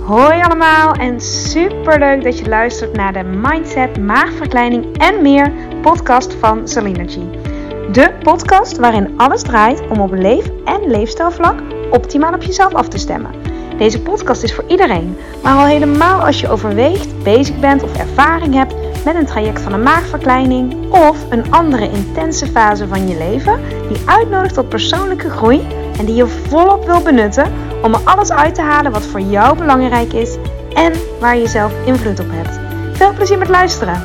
Hoi allemaal en super leuk dat je luistert naar de Mindset, Maagverkleining en meer podcast van Salinergy. De podcast waarin alles draait om op leef- en leefstijlvlak optimaal op jezelf af te stemmen. Deze podcast is voor iedereen, maar al helemaal als je overweegt, bezig bent of ervaring hebt met een traject van een maagverkleining of een andere intense fase van je leven die uitnodigt tot persoonlijke groei en die je volop wil benutten om er alles uit te halen wat voor jou belangrijk is en waar je zelf invloed op hebt. Veel plezier met luisteren!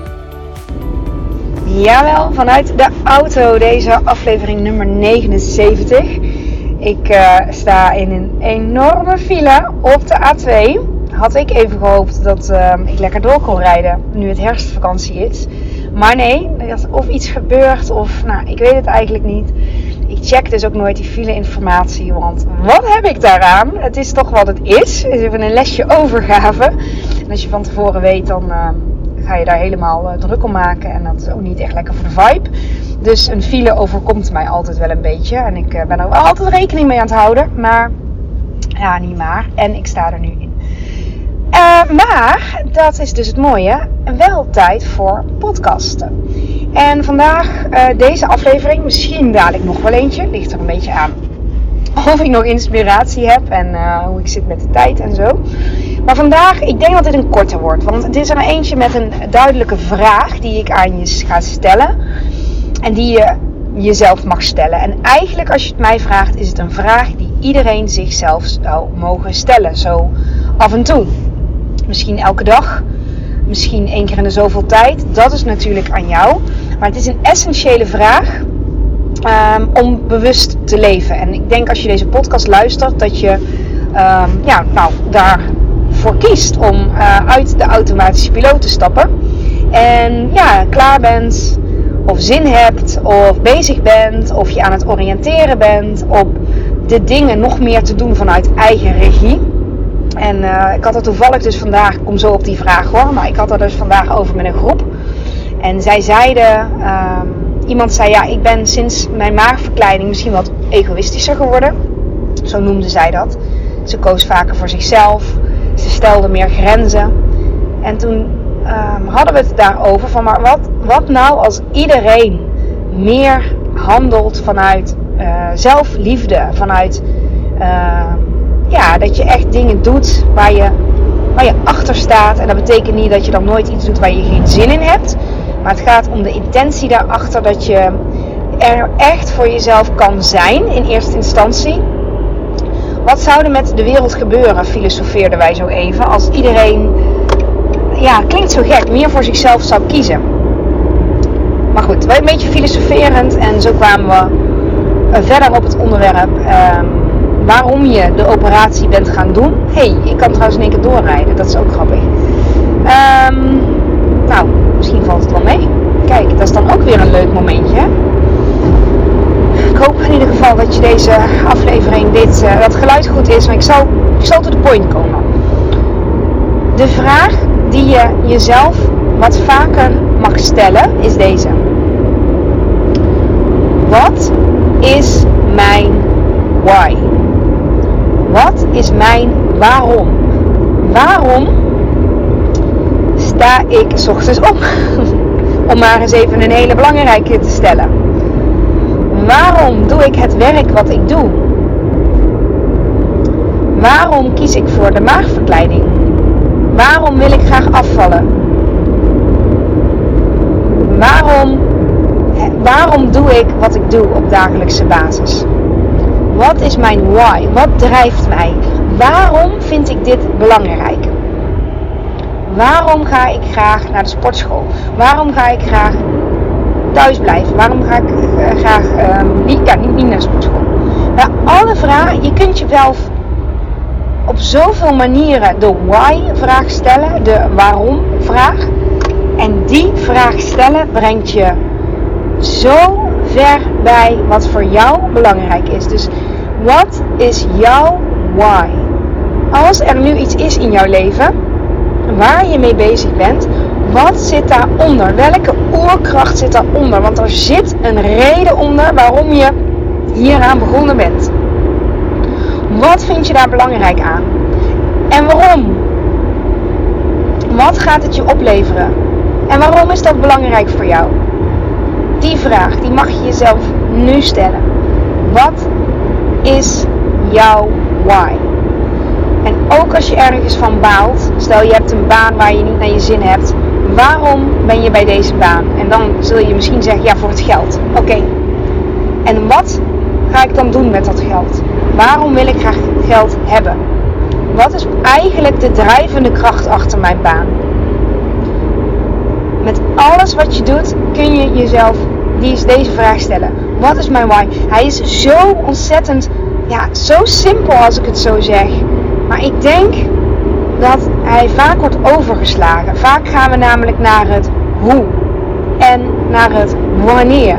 Jawel, vanuit de auto, deze aflevering nummer 79. Ik sta in een enorme file op de A2. Had ik even gehoopt dat ik lekker door kon rijden nu het herfstvakantie is. Maar nee, er is of iets gebeurd of ik weet het eigenlijk niet. Ik check dus ook nooit die file-informatie, want wat heb ik daaraan? Het is toch wat het is. Het is even een lesje overgave. En als je van tevoren weet, dan ga je daar helemaal druk om maken. En dat is ook niet echt lekker voor de vibe. Dus een file overkomt mij altijd wel een beetje. En ik ben er wel altijd rekening mee aan het houden. Maar, ja, niet maar. En ik sta er nu in. Maar, dat is dus het mooie, wel tijd voor podcasten. En vandaag deze aflevering, misschien dadelijk nog wel eentje, ligt er een beetje aan of ik nog inspiratie heb en hoe ik zit met de tijd en zo. Maar vandaag, ik denk dat dit een korte wordt, want het is er maar eentje met een duidelijke vraag die ik aan je ga stellen. En die je jezelf mag stellen. En eigenlijk als je het mij vraagt, is het een vraag die iedereen zichzelf zou mogen stellen, zo af en toe. Misschien elke dag, misschien 1 keer in de zoveel tijd. Dat is natuurlijk aan jou. Maar het is een essentiële vraag om bewust te leven. En ik denk als je deze podcast luistert, dat je daarvoor kiest om uit de automatische piloot te stappen. En klaar bent, of zin hebt, of bezig bent, of je aan het oriënteren bent op de dingen nog meer te doen vanuit eigen regie. En ik had er toevallig dus vandaag, ik kom zo op die vraag hoor, maar ik had er dus vandaag over met een groep. En zij zeiden, iemand zei ik ben sinds mijn maagverkleining misschien wat egoïstischer geworden. Zo noemde zij dat. Ze koos vaker voor zichzelf, ze stelde meer grenzen. En toen hadden we het daarover van, maar wat nou als iedereen meer handelt vanuit zelfliefde, vanuit dat je echt dingen doet waar je achter staat. En dat betekent niet dat je dan nooit iets doet waar je geen zin in hebt. Maar het gaat om de intentie daarachter dat je er echt voor jezelf kan zijn in eerste instantie. Wat zou er met de wereld gebeuren, filosofeerden wij zo even, als iedereen, klinkt zo gek, meer voor zichzelf zou kiezen. Maar goed, wel een beetje filosoferend en zo kwamen we verder op het onderwerp waarom je de operatie bent gaan doen. Ik kan trouwens in één keer doorrijden, dat is ook grappig. Misschien valt het wel mee. Kijk, dat is dan ook weer een leuk momentje. Ik hoop in ieder geval dat je deze aflevering, dat het geluid goed is. Maar ik zal to the point komen. De vraag die je jezelf wat vaker mag stellen is deze. Wat is mijn why? Wat is mijn waarom? Waarom sta ik 's ochtends op? Om maar eens even een hele belangrijke te stellen. Waarom doe ik het werk wat ik doe? Waarom kies ik voor de maagverkleining? Waarom wil ik graag afvallen? Waarom doe ik wat ik doe op dagelijkse basis? Wat is mijn why? Wat drijft mij? Waarom vind ik dit belangrijk? Waarom ga ik graag naar de sportschool? Waarom ga ik graag thuis blijven? Waarom ga ik graag niet naar de sportschool? Alle vragen, je kunt je wel op zoveel manieren de why-vraag stellen, de waarom-vraag. En die vraag stellen brengt je zo ver bij wat voor jou belangrijk is. Dus wat is jouw why? Als er nu iets is in jouw leven waar je mee bezig bent, wat zit daaronder? Welke oerkracht zit daaronder? Want er zit een reden onder waarom je hieraan begonnen bent. Wat vind je daar belangrijk aan? En waarom? Wat gaat het je opleveren? En waarom is dat belangrijk voor jou? Die vraag, die mag je jezelf nu stellen. Wat is jouw why? En ook als je ergens van baalt, stel je hebt een baan waar je niet naar je zin hebt, waarom ben je bij deze baan? En dan zul je misschien zeggen, ja, voor het geld. Oké. En wat ga ik dan doen met dat geld? Waarom wil ik graag geld hebben? Wat is eigenlijk de drijvende kracht achter mijn baan? Met alles wat je doet, kun je jezelf deze vraag stellen. Wat is mijn why? Hij is zo ontzettend, zo simpel als ik het zo zeg. Maar ik denk dat hij vaak wordt overgeslagen. Vaak gaan we namelijk naar het hoe en naar het wanneer.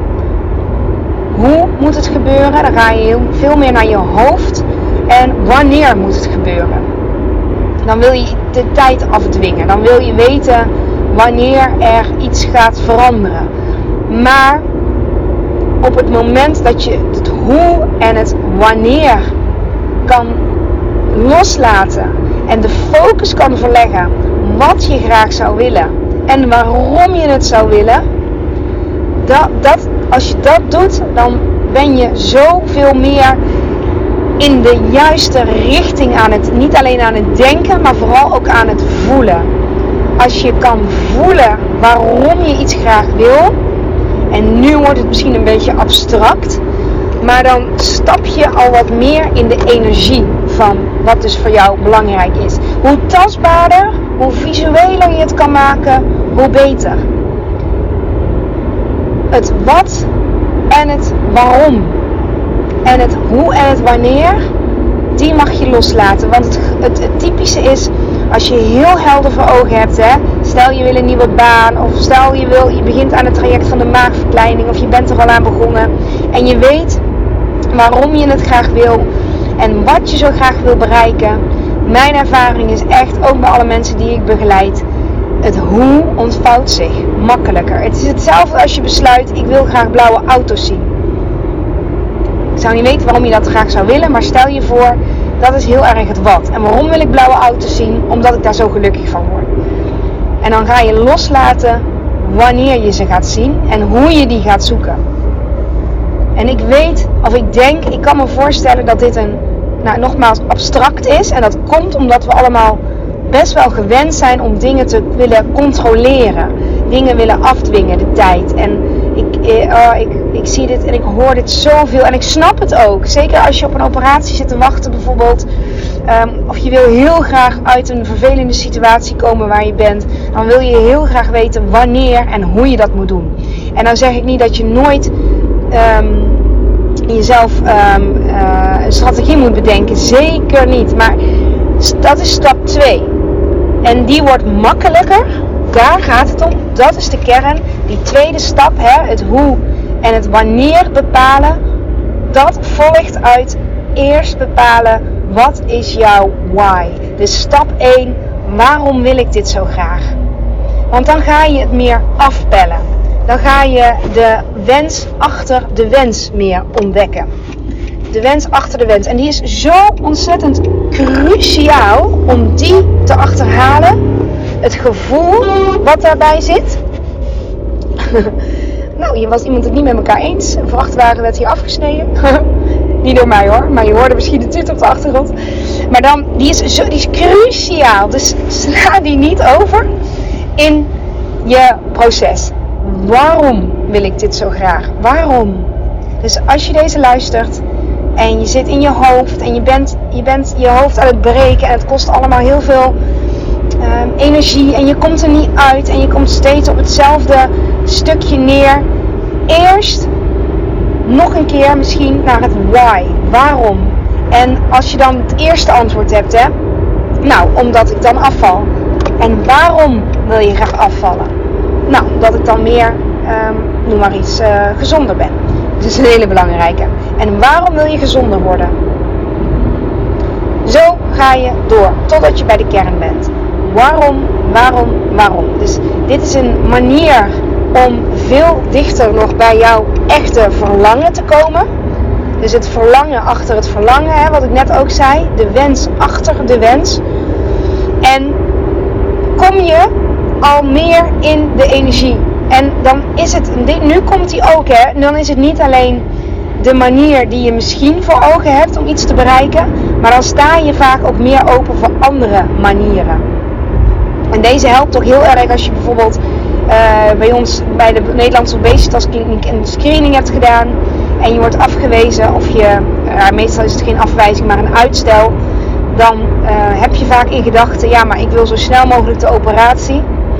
Hoe moet het gebeuren? Dan ga je veel meer naar je hoofd. En wanneer moet het gebeuren? Dan wil je de tijd afdwingen. Dan wil je weten wanneer er iets gaat veranderen. Maar op het moment dat je het hoe en het wanneer kan loslaten en de focus kan verleggen wat je graag zou willen en waarom je het zou willen, als je dat doet, dan ben je zoveel meer in de juiste richting aan het, niet alleen aan het denken, maar vooral ook aan het voelen. Als je kan voelen waarom je iets graag wil, en nu wordt het misschien een beetje abstract, maar dan stap je al wat meer in de energie van wat dus voor jou belangrijk is. Hoe tastbaarder, hoe visueler je het kan maken, hoe beter. Het wat en het waarom en het hoe en het wanneer, die mag je loslaten. Want het typische is, als je heel helder voor ogen hebt, stel je wil een nieuwe baan, of stel je begint aan het traject van de maagverkleining, of je bent er al aan begonnen en je weet waarom je het graag wil en wat je zo graag wil bereiken. Mijn ervaring is echt, ook bij alle mensen die ik begeleid, het hoe ontvouwt zich makkelijker. Het is hetzelfde als je besluit, ik wil graag blauwe auto's zien. Ik zou niet weten waarom je dat graag zou willen, maar stel je voor, dat is heel erg het wat. En waarom wil ik blauwe auto's zien? Omdat ik daar zo gelukkig van word. En dan ga je loslaten wanneer je ze gaat zien en hoe je die gaat zoeken. En ik weet, of ik denk, ik kan me voorstellen dat dit nogmaals abstract is. En dat komt omdat we allemaal best wel gewend zijn om dingen te willen controleren. Dingen willen afdwingen, de tijd. En ik zie dit en ik hoor dit zoveel. En ik snap het ook. Zeker als je op een operatie zit te wachten bijvoorbeeld. Of je wil heel graag uit een vervelende situatie komen waar je bent. Dan wil je heel graag weten wanneer en hoe je dat moet doen. En dan zeg ik niet dat je nooit jezelf een strategie moet bedenken. Zeker niet. Maar dat is stap 2. En die wordt makkelijker. Daar gaat het om. Dat is de kern. Die tweede stap, het hoe en het wanneer bepalen. Dat volgt uit eerst bepalen, wat is jouw why? Dus stap 1, waarom wil ik dit zo graag? Want dan ga je het meer afpellen. Dan ga je de wens achter de wens meer ontdekken. De wens achter de wens. En die is zo ontzettend cruciaal om die te achterhalen. Het gevoel wat daarbij zit. Nou, hier was iemand het niet met elkaar eens. Een vrachtwagen werd hier afgesneden. Niet door mij hoor, maar je hoorde misschien de tut op de achtergrond. Maar dan, die is cruciaal. Dus sla die niet over in je proces. Waarom wil ik dit zo graag? Waarom? Dus als je deze luistert en je zit in je hoofd en je bent je hoofd aan het breken en het kost allemaal heel veel energie en je komt er niet uit en je komt steeds op hetzelfde stukje neer. Eerst nog een keer misschien naar het why. Waarom? En als je dan het eerste antwoord hebt, nou, omdat ik dan afval. En waarom wil je graag afvallen? Nou, dat ik dan meer, noem maar iets, gezonder ben. Dat is een hele belangrijke. En waarom wil je gezonder worden? Zo ga je door, totdat je bij de kern bent. Waarom? Dus dit is een manier om veel dichter nog bij jouw echte verlangen te komen. Dus het verlangen achter het verlangen, hè, wat ik net ook zei. De wens achter de wens. En kom je al meer in de energie. En dan is het, nu komt die ook, hè. Dan is het niet alleen de manier die je misschien voor ogen hebt om iets te bereiken. Maar dan sta je vaak ook meer open voor andere manieren. En deze helpt toch heel erg als je bijvoorbeeld bij ons bij de Nederlandse Obesitaskliniek een screening hebt gedaan. En je wordt afgewezen of je, meestal is het geen afwijzing maar een uitstel. Dan heb je vaak in gedachten, ja maar ik wil zo snel mogelijk de operatie.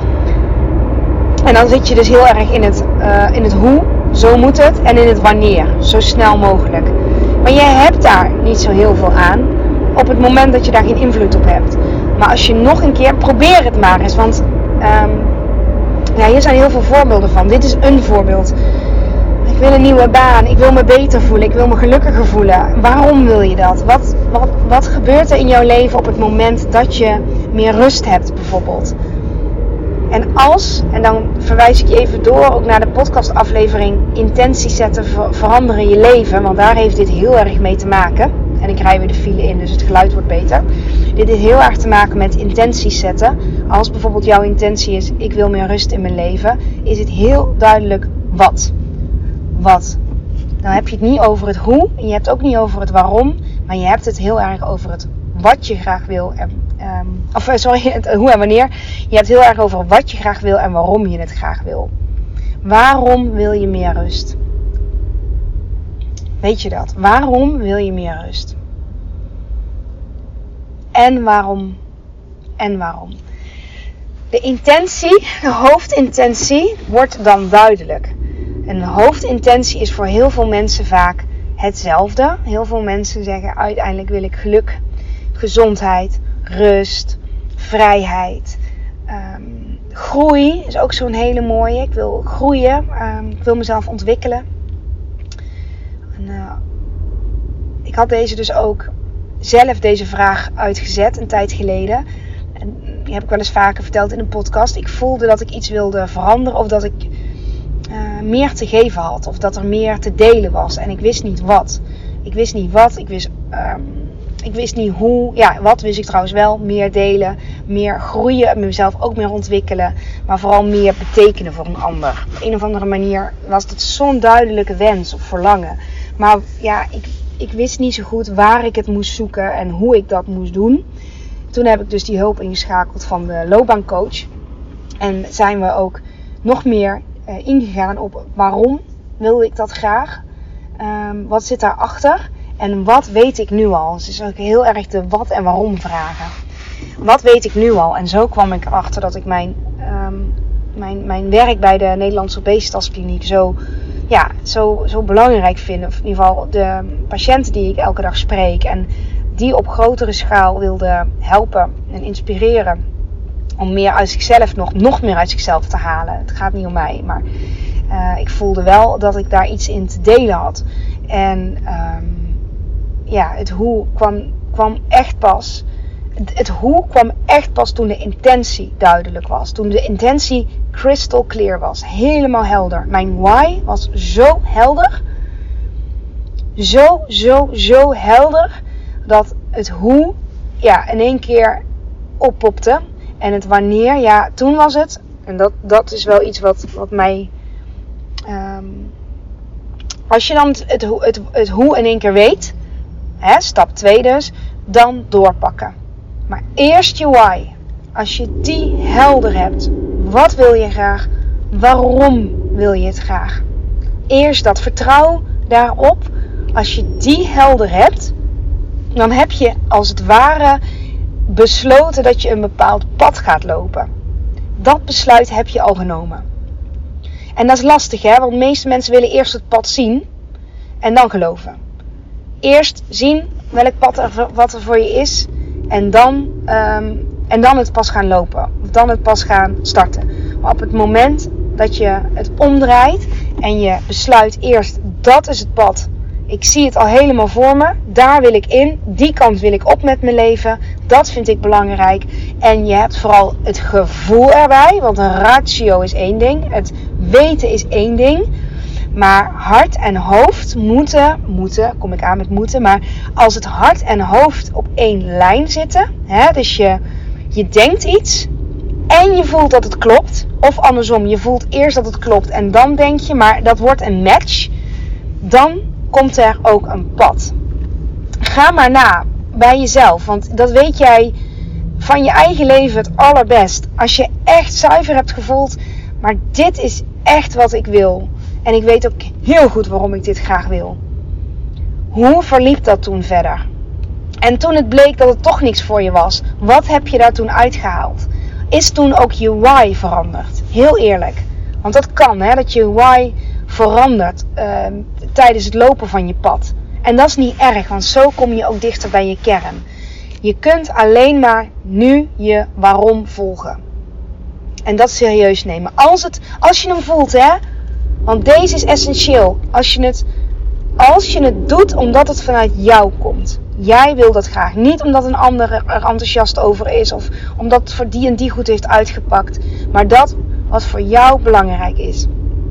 En dan zit je dus heel erg in het hoe, zo moet het. En in het wanneer, zo snel mogelijk. Maar je hebt daar niet zo heel veel aan op het moment dat je daar geen invloed op hebt. Maar als je nog een keer, probeer het maar eens. Want hier zijn heel veel voorbeelden van. Dit is een voorbeeld. Ik wil een nieuwe baan. Ik wil me beter voelen. Ik wil me gelukkiger voelen. Waarom wil je dat? Wat gebeurt er in jouw leven op het moment dat je meer rust hebt bijvoorbeeld? En dan verwijs ik je even door ook naar de podcastaflevering Intenties zetten veranderen je leven. Want daar heeft dit heel erg mee te maken. En ik rij weer de file in, dus het geluid wordt beter. Dit heeft heel erg te maken met intenties zetten. Als bijvoorbeeld jouw intentie is, ik wil meer rust in mijn leven. Is het heel duidelijk wat. Dan heb je het niet over het hoe. En je hebt het ook niet over het waarom. Maar je hebt het heel erg over het wat je graag wil. Het hoe en wanneer. Je hebt het heel erg over wat je graag wil en waarom je het graag wil. Waarom wil je meer rust? Weet je dat? Waarom wil je meer rust? En waarom? De intentie, de hoofdintentie, wordt dan duidelijk. En de hoofdintentie is voor heel veel mensen vaak hetzelfde. Heel veel mensen zeggen uiteindelijk wil ik geluk, gezondheid, rust, vrijheid. Groei is ook zo'n hele mooie. Ik wil groeien, ik wil mezelf ontwikkelen. Ik had deze vraag uitgezet een tijd geleden. En die heb ik wel eens vaker verteld in een podcast. Ik voelde dat ik iets wilde veranderen of dat ik meer te geven had. Of dat er meer te delen was. En ik wist niet wat. Ik wist niet hoe. Ja, wat wist ik trouwens wel. Meer delen, meer groeien, mezelf ook meer ontwikkelen. Maar vooral meer betekenen voor een ander. Op een of andere manier was het zo'n duidelijke wens of verlangen. Maar ja, ik wist niet zo goed waar ik het moest zoeken en hoe ik dat moest doen. Toen heb ik dus die hulp ingeschakeld van de loopbaancoach. En zijn we ook nog meer ingegaan op waarom wilde ik dat graag. Wat zit daarachter? En wat weet ik nu al? Dus het is ook heel erg de wat en waarom vragen. Wat weet ik nu al? En zo kwam ik erachter dat ik mijn werk bij de Nederlandse Obesitaskliniek zo belangrijk vind. Of in ieder geval de patiënten die ik elke dag spreek. En die op grotere schaal wilde helpen en inspireren. Om meer uit zichzelf nog meer uit zichzelf te halen. Het gaat niet om mij. Maar ik voelde wel dat ik daar iets in te delen had. En het hoe kwam echt pas. Het hoe kwam echt pas toen de intentie duidelijk was. Toen de intentie crystal clear was. Helemaal helder. Mijn why was zo helder. Zo helder. Dat het hoe in één keer oppopte. En het wanneer, toen was het. En dat is wel iets wat mij... als je dan het hoe in één keer weet. Stap 2 dus. Dan doorpakken. Maar eerst je why. Als je die helder hebt. Wat wil je graag? Waarom wil je het graag? Eerst dat vertrouw daarop. Als je die helder hebt. Dan heb je als het ware besloten dat je een bepaald pad gaat lopen. Dat besluit heb je al genomen. En dat is lastig, want de meeste mensen willen eerst het pad zien. En dan geloven. Eerst zien welk pad wat er voor je is. En dan het pas gaan lopen. Of dan het pas gaan starten. Maar op het moment dat je het omdraait. En je besluit eerst, dat is het pad. Ik zie het al helemaal voor me. Daar wil ik in. Die kant wil ik op met mijn leven. Dat vind ik belangrijk. En je hebt vooral het gevoel erbij. Want een ratio is één ding. Het weten is één ding. Maar hart en hoofd moeten, kom ik aan met moeten, maar als het hart en hoofd op één lijn zitten, dus je denkt iets en je voelt dat het klopt, of andersom, je voelt eerst dat het klopt en dan denk je, maar dat wordt een match, dan komt er ook een pad. Ga maar na bij jezelf, want dat weet jij van je eigen leven het allerbest. Als je echt zuiver hebt gevoeld, maar dit is echt wat ik wil. En ik weet ook heel goed waarom ik dit graag wil. Hoe verliep dat toen verder? En toen het bleek dat het toch niks voor je was, wat heb je daar toen uitgehaald? Is toen ook je why veranderd? Heel eerlijk. Want dat kan, dat je why verandert tijdens het lopen van je pad. En dat is niet erg, want zo kom je ook dichter bij je kern. Je kunt alleen maar nu je waarom volgen. En dat serieus nemen. Als je hem voelt, want deze is essentieel. Als je het doet omdat het vanuit jou komt. Jij wil dat graag. Niet omdat een ander er enthousiast over is. Of omdat het voor die en die goed heeft uitgepakt. Maar dat wat voor jou belangrijk is.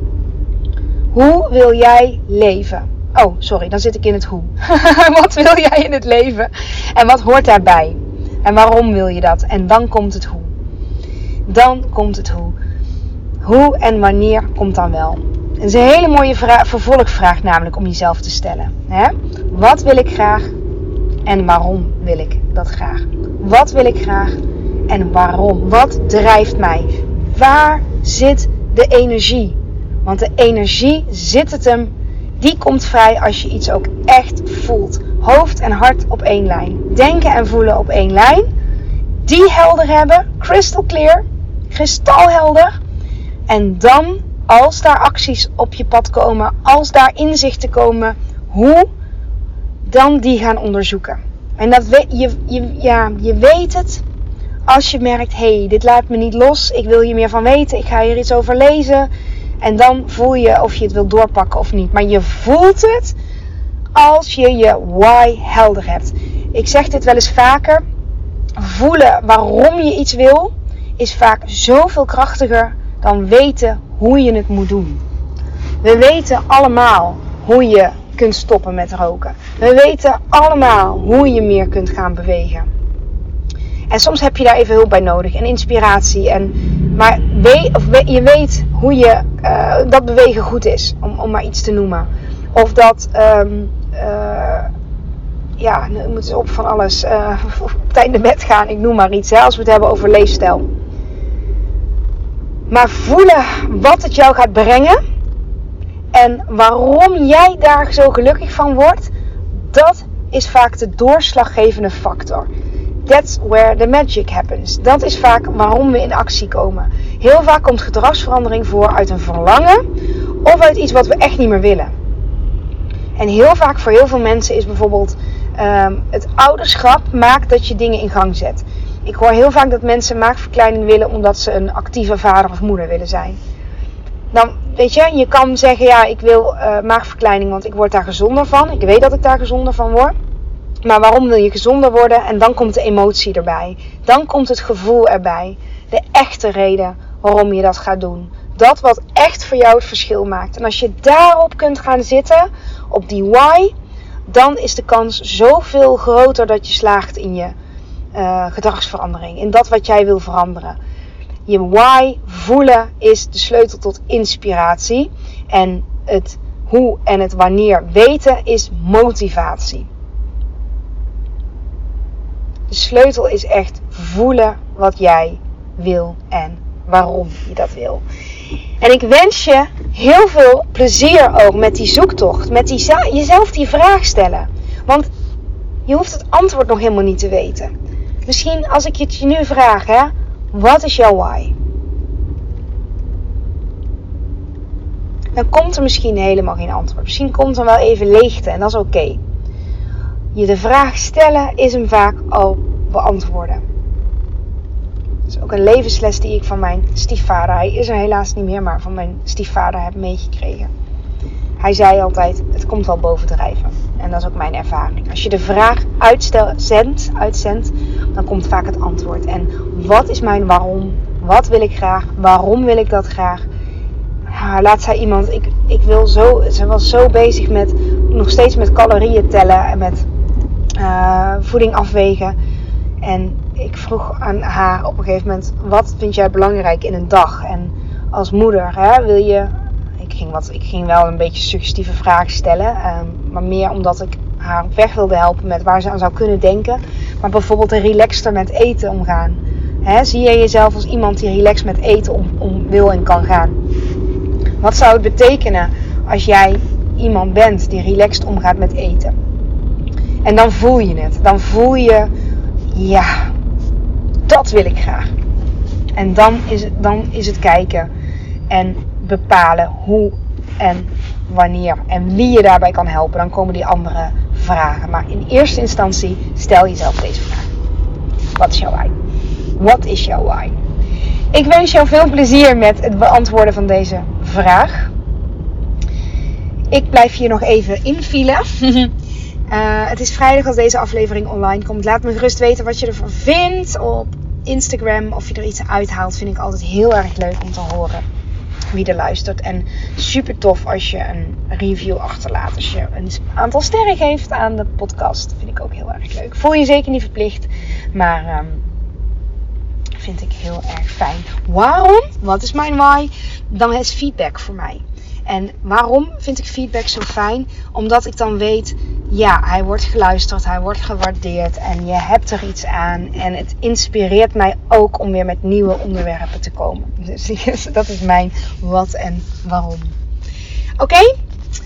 Hoe wil jij leven? Oh, sorry, dan zit ik in het hoe. Wat wil jij in het leven? En wat hoort daarbij? En waarom wil je dat? En dan komt het hoe. Dan komt het hoe. Hoe en wanneer komt dan wel? Dat is een hele mooie vervolgvraag namelijk om jezelf te stellen. Wat wil ik graag? En waarom wil ik dat graag? Wat wil ik graag? En waarom? Wat drijft mij? Waar zit de energie? Want de energie zit het hem. Die komt vrij als je iets ook echt voelt. Hoofd en hart op één lijn. Denken en voelen op één lijn. Die helder hebben. Crystal clear. Kristalhelder. En dan, als daar acties op je pad komen. Als daar inzichten komen. Hoe? Dan die gaan onderzoeken. En dat je weet het. Als je merkt, dit laat me niet los. Ik wil hier meer van weten. Ik ga hier iets over lezen. En dan voel je of je het wilt doorpakken of niet. Maar je voelt het als je je why helder hebt. Ik zeg dit wel eens vaker. Voelen waarom je iets wil is vaak zoveel krachtiger dan weten hoe je het moet doen. We weten allemaal hoe je kunt stoppen met roken. We weten allemaal hoe je meer kunt gaan bewegen. En soms heb je daar even hulp bij nodig en inspiratie. Maar je weet hoe je dat bewegen goed is, om maar iets te noemen. Of dat, nu moet het op van alles, op tijd naar bed gaan, ik noem maar iets, als we het hebben over leefstijl. Maar voelen wat het jou gaat brengen en waarom jij daar zo gelukkig van wordt, dat is vaak de doorslaggevende factor. That's where the magic happens. Dat is vaak waarom we in actie komen. Heel vaak komt gedragsverandering voor uit een verlangen of uit iets wat we echt niet meer willen. En heel vaak voor heel veel mensen is bijvoorbeeld het ouderschap maakt dat je dingen in gang zet. Ik hoor heel vaak dat mensen maagverkleining willen omdat ze een actieve vader of moeder willen zijn. Dan weet je kan zeggen, ik wil maagverkleining, want ik word daar gezonder van. Ik weet dat ik daar gezonder van word. Maar waarom wil je gezonder worden? En dan komt de emotie erbij. Dan komt het gevoel erbij. De echte reden waarom je dat gaat doen. Dat wat echt voor jou het verschil maakt. En als je daarop kunt gaan zitten, op die why, dan is de kans zoveel groter dat je slaagt in je gedragsverandering. In dat wat jij wil veranderen. Je why voelen is de sleutel tot inspiratie. En het hoe en het wanneer weten is motivatie. De sleutel is echt voelen wat jij wil en waarom je dat wil. En ik wens je heel veel plezier ook met die zoektocht. Met jezelf die vraag stellen. Want je hoeft het antwoord nog helemaal niet te weten. Misschien als ik het je nu vraag, wat is jouw why? Dan komt er misschien helemaal geen antwoord. Misschien komt er wel even leegte en dat is oké. Je de vraag stellen is hem vaak al beantwoorden. Dat is ook een levensles die ik van mijn stiefvader, hij is er helaas niet meer, maar van mijn stiefvader heb meegekregen. Hij zei altijd, het komt wel bovendrijven. En dat is ook mijn ervaring. Als je de vraag uitzendt, dan komt vaak het antwoord. En wat is mijn waarom? Wat wil ik graag? Waarom wil ik dat graag? laatst zei iemand, ze was zo bezig met, nog steeds met calorieën tellen en met voeding afwegen. En ik vroeg aan haar op een gegeven moment, wat vind jij belangrijk in een dag? En als moeder, wil je... Ik ging wel een beetje suggestieve vragen stellen. Maar meer omdat ik haar op weg wilde helpen met waar ze aan zou kunnen denken. Maar bijvoorbeeld een relaxter met eten omgaan. Zie je jezelf als iemand die relaxed met eten om wil en kan gaan? Wat zou het betekenen als jij iemand bent die relaxed omgaat met eten? En dan voel je het. Dan voel je, ja, dat wil ik graag. En dan is het kijken en bepalen hoe en wanneer en wie je daarbij kan helpen. Dan komen die andere vragen. Maar in eerste instantie stel jezelf deze vraag. Wat is jouw why? Wat is jouw why? Ik wens jou veel plezier met het beantwoorden van deze vraag. Ik blijf hier nog even invielen. Het is vrijdag als deze aflevering online komt. Laat me gerust weten wat je ervan vindt op Instagram. Of je er iets uithaalt, vind ik altijd heel erg leuk om te horen wie er luistert. En super tof als je een review achterlaat. Als je een aantal sterren geeft aan de podcast. Vind ik ook heel erg leuk. Voel je zeker niet verplicht. Maar vind ik heel erg fijn. Waarom? Wat is mijn why? Dan is feedback voor mij. En waarom vind ik feedback zo fijn? Omdat ik dan weet, ja, hij wordt geluisterd, hij wordt gewaardeerd en je hebt er iets aan. En het inspireert mij ook om weer met nieuwe onderwerpen te komen. Dus dat is mijn wat en waarom. Oké?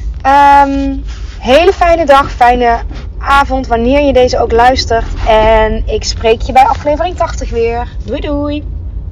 Hele fijne dag, fijne avond, wanneer je deze ook luistert. En ik spreek je bij aflevering 80 weer. Doei doei!